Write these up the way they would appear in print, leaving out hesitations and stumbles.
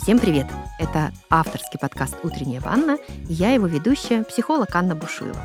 Всем привет! Это авторский подкаст «Утренняя ванна», и я его ведущая, психолог Анна Бушуева.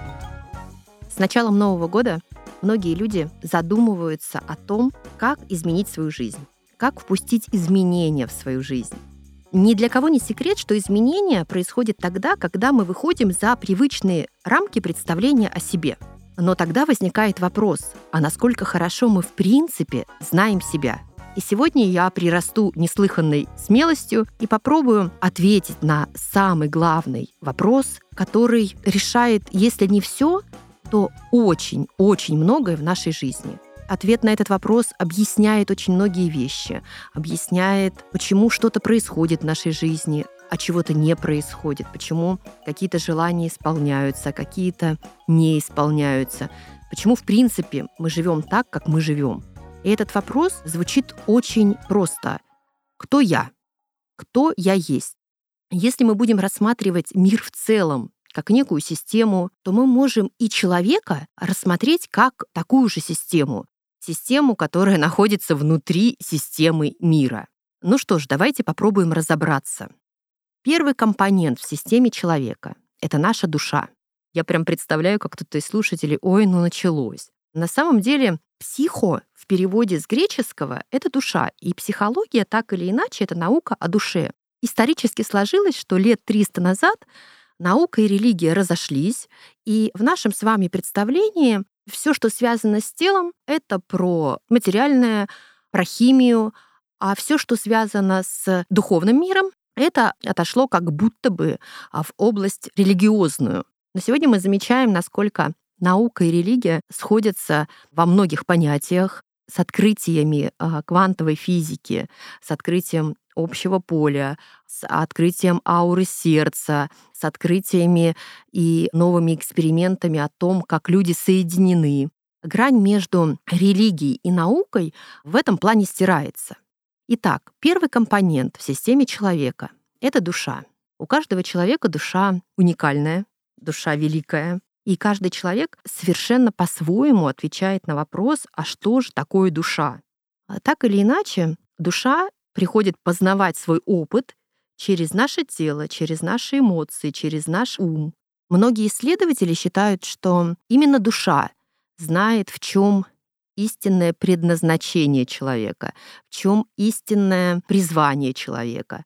С началом Нового года многие люди задумываются о том, как изменить свою жизнь, как впустить изменения в свою жизнь. Ни для кого не секрет, что изменения происходят тогда, когда мы выходим за привычные рамки представления о себе. Но тогда возникает вопрос, а насколько хорошо мы в принципе знаем себя? И сегодня я прирасту неслыханной смелостью и попробую ответить на самый главный вопрос, который решает, если не все, то очень-очень многое в нашей жизни. Ответ на этот вопрос объясняет очень многие вещи, объясняет, почему что-то происходит в нашей жизни, а чего-то не происходит, почему какие-то желания исполняются, какие-то не исполняются, почему, в принципе, мы живем так, как мы живем. И этот вопрос звучит очень просто. Кто я? Кто я есть? Если мы будем рассматривать мир в целом как некую систему, то мы можем и человека рассмотреть как такую же систему, которая находится внутри системы мира. Ну что ж, давайте попробуем разобраться. Первый компонент в системе человека — это наша душа. Я прям представляю, как кто-то из слушателей: «Ой, ну началось». На самом деле психо в переводе с греческого — это душа, и психология так или иначе — это наука о душе. Исторически сложилось, что лет 300 назад наука и религия разошлись, и в нашем с вами представлении все, что связано с телом, это про материальное, про химию, а все, что связано с духовным миром, это отошло как будто бы в область религиозную. Но сегодня мы замечаем, насколько наука и религия сходятся во многих понятиях, с открытиями квантовой физики, с открытием общего поля, с открытием ауры сердца, с открытиями и новыми экспериментами о том, как люди соединены. Грань между религией и наукой в этом плане стирается. Итак, первый компонент в системе человека — это душа. У каждого человека душа уникальная, душа великая. И каждый человек совершенно по-своему отвечает на вопрос, а что же такое душа? Так или иначе, душа приходит познавать свой опыт через наше тело, через наши эмоции, через наш ум. Многие исследователи считают, что именно душа знает, в чем истинное предназначение человека, в чем истинное призвание человека.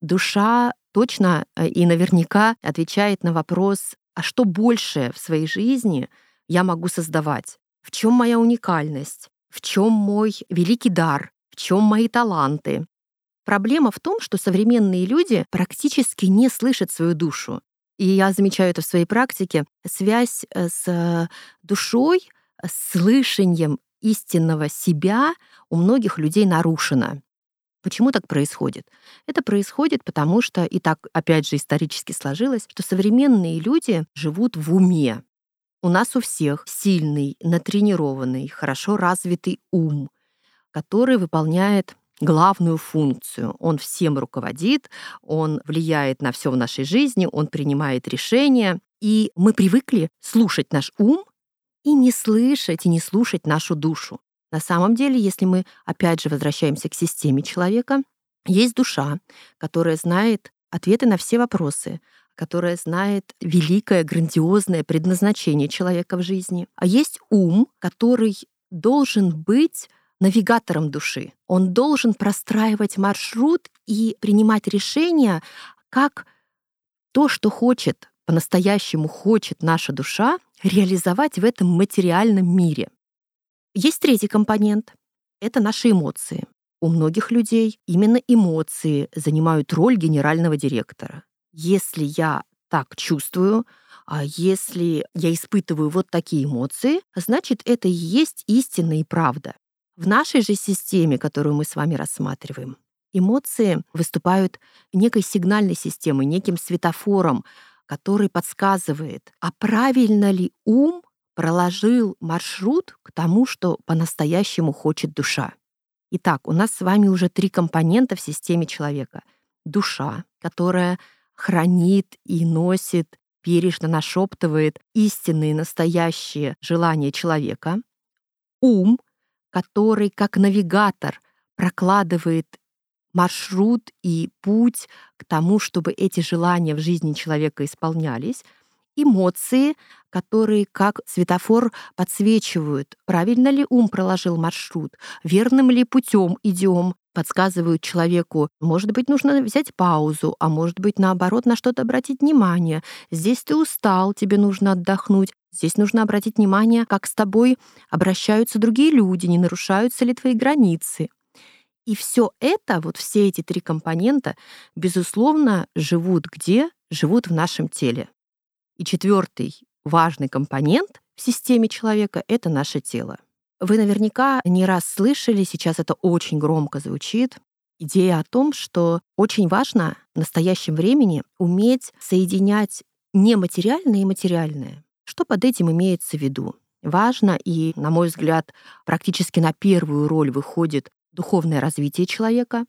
Душа точно и наверняка отвечает на вопрос, а что больше в своей жизни я могу создавать? В чем моя уникальность? В чем мой великий дар? В чем мои таланты? Проблема в том, что современные люди практически не слышат свою душу. И я замечаю это в своей практике. Связь с душой, с слышанием истинного себя у многих людей нарушена. Почему так происходит? Это происходит потому, что, и так, опять же, исторически сложилось, что современные люди живут в уме. У нас у всех сильный, натренированный, хорошо развитый ум, который выполняет главную функцию. Он всем руководит, он влияет на все в нашей жизни, он принимает решения. И мы привыкли слушать наш ум и не слышать, и не слушать нашу душу. На самом деле, если мы, опять же, возвращаемся к системе человека, есть душа, которая знает ответы на все вопросы, которая знает великое, грандиозное предназначение человека в жизни. А есть ум, который должен быть навигатором души. Он должен простраивать маршрут и принимать решения, как то, что по-настоящему хочет наша душа, реализовать в этом материальном мире. Есть третий компонент — это наши эмоции. У многих людей именно эмоции занимают роль генерального директора. Если я так чувствую, а если я испытываю вот такие эмоции, значит, это и есть истина и правда. В нашей же системе, которую мы с вами рассматриваем, эмоции выступают некой сигнальной системой, неким светофором, который подсказывает, а правильно ли ум проложил маршрут к тому, что по-настоящему хочет душа. Итак, у нас с вами уже 3 компонента в системе человека. Душа, которая хранит и носит, бережно нашептывает истинные настоящие желания человека. Ум, который как навигатор прокладывает маршрут и путь к тому, чтобы эти желания в жизни человека исполнялись. Эмоции, которые как светофор подсвечивают, правильно ли ум проложил маршрут, верным ли путем идем, подсказывают человеку, может быть, нужно взять паузу, а может быть, наоборот, на что-то обратить внимание. Здесь ты устал, тебе нужно отдохнуть. Здесь нужно обратить внимание, как с тобой обращаются другие люди, не нарушаются ли твои границы. И все это, вот все эти три компонента, безусловно, живут где? Живут в нашем теле. И четвертый важный компонент в системе человека — это наше тело. Вы наверняка не раз слышали, сейчас это очень громко звучит, идея о том, что очень важно в настоящем времени уметь соединять нематериальное и материальное. Что под этим имеется в виду? Важно и, на мой взгляд, практически на первую роль выходит духовное развитие человека,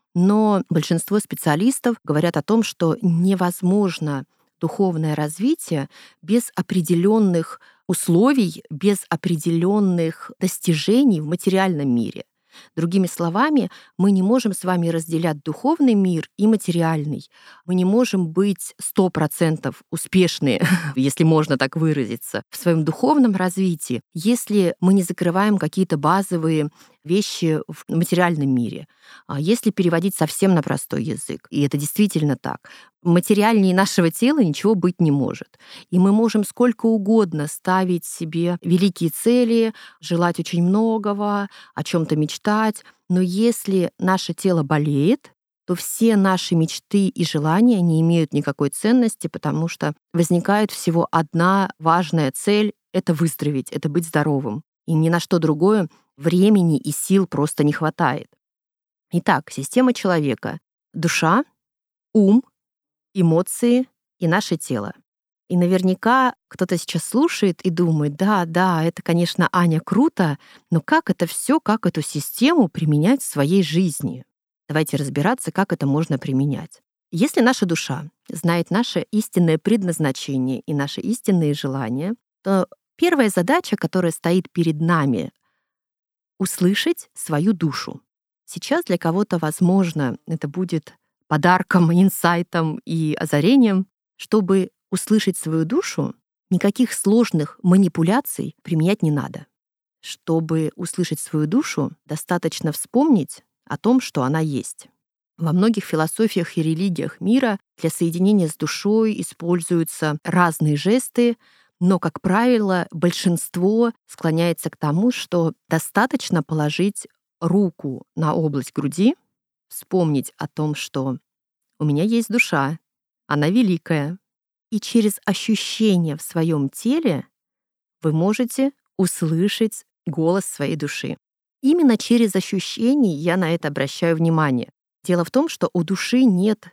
но большинство специалистов говорят о том, что невозможно духовное развитие без определенных условий, без определенных достижений в материальном мире. Другими словами, мы не можем с вами разделять духовный мир и материальный. Мы не можем быть 100% успешны, если можно так выразиться, в своем духовном развитии, если мы не закрываем какие-то базовые вещи в материальном мире. Если переводить совсем на простой язык, и это действительно так, материальнее нашего тела ничего быть не может. И мы можем сколько угодно ставить себе великие цели, желать очень многого, о чем-то мечтать, но если наше тело болеет, то все наши мечты и желания не имеют никакой ценности, потому что возникает всего одна важная цель — это выздороветь, это быть здоровым. И ни на что другое времени и сил просто не хватает. Итак, система человека — душа, ум, эмоции и наше тело. И наверняка кто-то сейчас слушает и думает, да, это, конечно, Аня, круто, но как это все, как эту систему применять в своей жизни? Давайте разбираться, как это можно применять. Если наша душа знает наше истинное предназначение и наши истинные желания, то первая задача, которая стоит перед нами — услышать свою душу. Сейчас для кого-то, возможно, это будет подарком, инсайтом и озарением. Чтобы услышать свою душу, никаких сложных манипуляций применять не надо. Чтобы услышать свою душу, достаточно вспомнить о том, что она есть. Во многих философиях и религиях мира для соединения с душой используются разные жесты, но, как правило, большинство склоняется к тому, что достаточно положить руку на область груди, вспомнить о том, что у меня есть душа, она великая, и через ощущение в своем теле вы можете услышать голос своей души. Именно через ощущение я на это обращаю внимание. Дело в том, что у души нет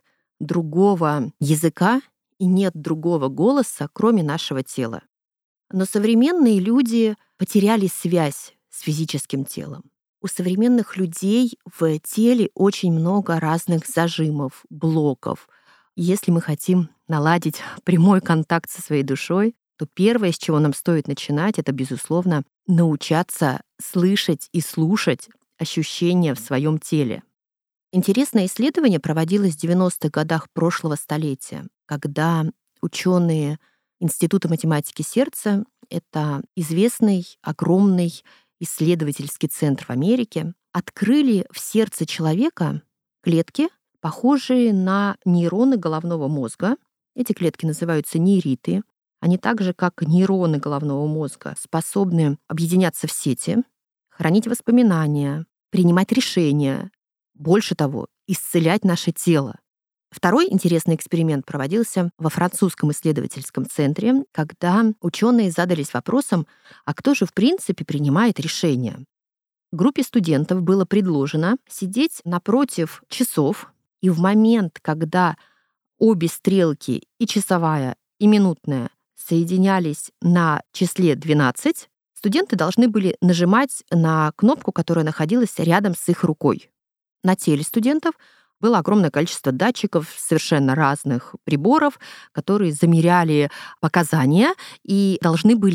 другого языка и нет другого голоса, кроме нашего тела. Но современные люди потеряли связь с физическим телом. У современных людей в теле очень много разных зажимов, блоков. Если мы хотим наладить прямой контакт со своей душой, то первое, с чего нам стоит начинать, это, безусловно, научаться слышать и слушать ощущения в своем теле. Интересное исследование проводилось в 90-х годах прошлого столетия, когда ученые Института математики сердца — это известный, огромный исследовательский центр в Америке, открыли в сердце человека клетки, похожие на нейроны головного мозга. Эти клетки называются нейриты. Они так же, как нейроны головного мозга, способны объединяться в сети, хранить воспоминания, принимать решения, больше того, исцелять наше тело. Второй интересный эксперимент проводился во французском исследовательском центре, когда ученые задались вопросом, а кто же в принципе принимает решения. Группе студентов было предложено сидеть напротив часов, и в момент, когда обе стрелки, и часовая, и минутная, соединялись на числе 12, студенты должны были нажимать на кнопку, которая находилась рядом с их рукой. На теле студентов было огромное количество датчиков, совершенно разных приборов, которые замеряли показания и должны были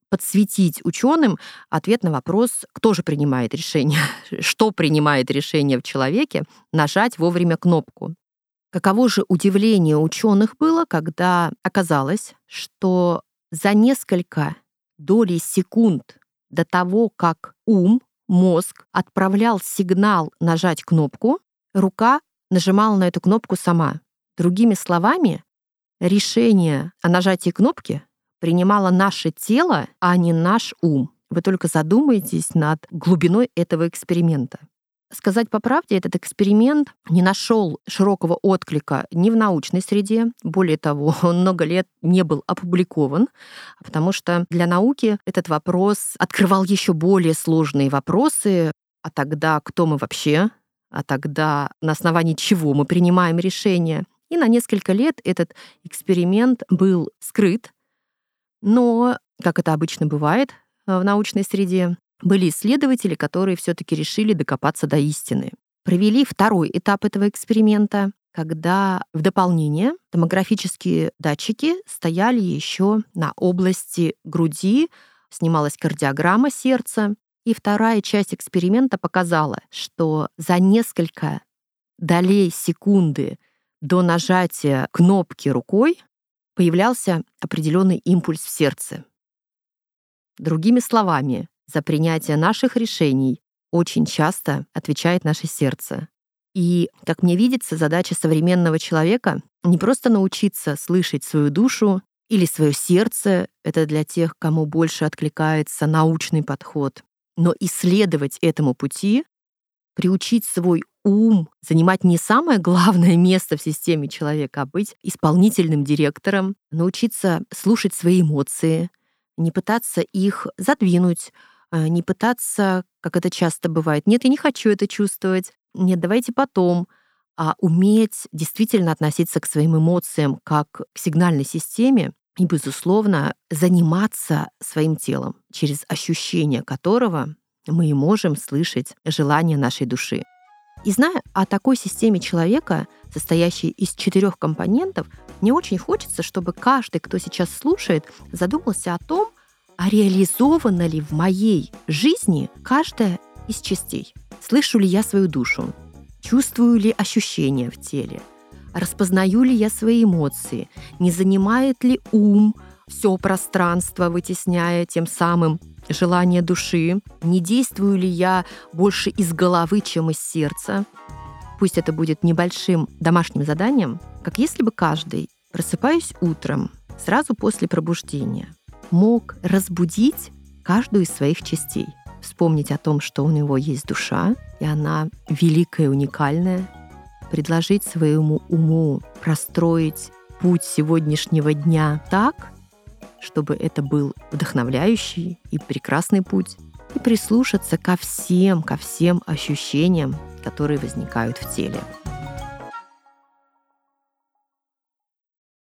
подсветить ученым ответ на вопрос, кто же принимает решение, что принимает решение в человеке, нажать вовремя кнопку. Каково же удивление ученых было, когда оказалось, что за несколько долей секунд до того, как мозг отправлял сигнал нажать кнопку, рука нажимала на эту кнопку сама. Другими словами, решение о нажатии кнопки принимало наше тело, а не наш ум. Вы только задумайтесь над глубиной этого эксперимента. Сказать по правде, этот эксперимент не нашел широкого отклика ни в научной среде, более того, он много лет не был опубликован, потому что для науки этот вопрос открывал еще более сложные вопросы, а тогда кто мы вообще, а тогда на основании чего мы принимаем решения. И на несколько лет этот эксперимент был скрыт, но, как это обычно бывает в научной среде, были исследователи, которые все-таки решили докопаться до истины. Провели второй этап этого эксперимента, когда в дополнение томографические датчики стояли еще на области груди, снималась кардиограмма сердца, и вторая часть эксперимента показала, что за несколько долей секунды до нажатия кнопки рукой появлялся определенный импульс в сердце. Другими словами, за принятие наших решений очень часто отвечает наше сердце. И, как мне видится, задача современного человека не просто научиться слышать свою душу или свое сердце, это для тех, кому больше откликается научный подход, но исследовать этому пути, приучить свой ум занимать не самое главное место в системе человека, а быть исполнительным директором, научиться слушать свои эмоции, не пытаться их задвинуть, не пытаться, как это часто бывает, нет, я не хочу это чувствовать, нет, давайте потом, а уметь действительно относиться к своим эмоциям как к сигнальной системе и, безусловно, заниматься своим телом, через ощущение которого мы и можем слышать желания нашей души. И зная о такой системе человека, состоящей из 4 компонентов, мне очень хочется, чтобы каждый, кто сейчас слушает, задумался о том, а реализована ли в моей жизни каждая из частей? Слышу ли я свою душу? Чувствую ли ощущения в теле? Распознаю ли я свои эмоции? Не занимает ли ум все пространство, вытесняя тем самым желание души? Не действую ли я больше из головы, чем из сердца? Пусть это будет небольшим домашним заданием, как если бы каждый, просыпаясь утром, сразу после пробуждения, мог разбудить каждую из своих частей, вспомнить о том, что у него есть душа, и она великая, уникальная, предложить своему уму простроить путь сегодняшнего дня так, чтобы это был вдохновляющий и прекрасный путь, и прислушаться ко всем ощущениям, которые возникают в теле.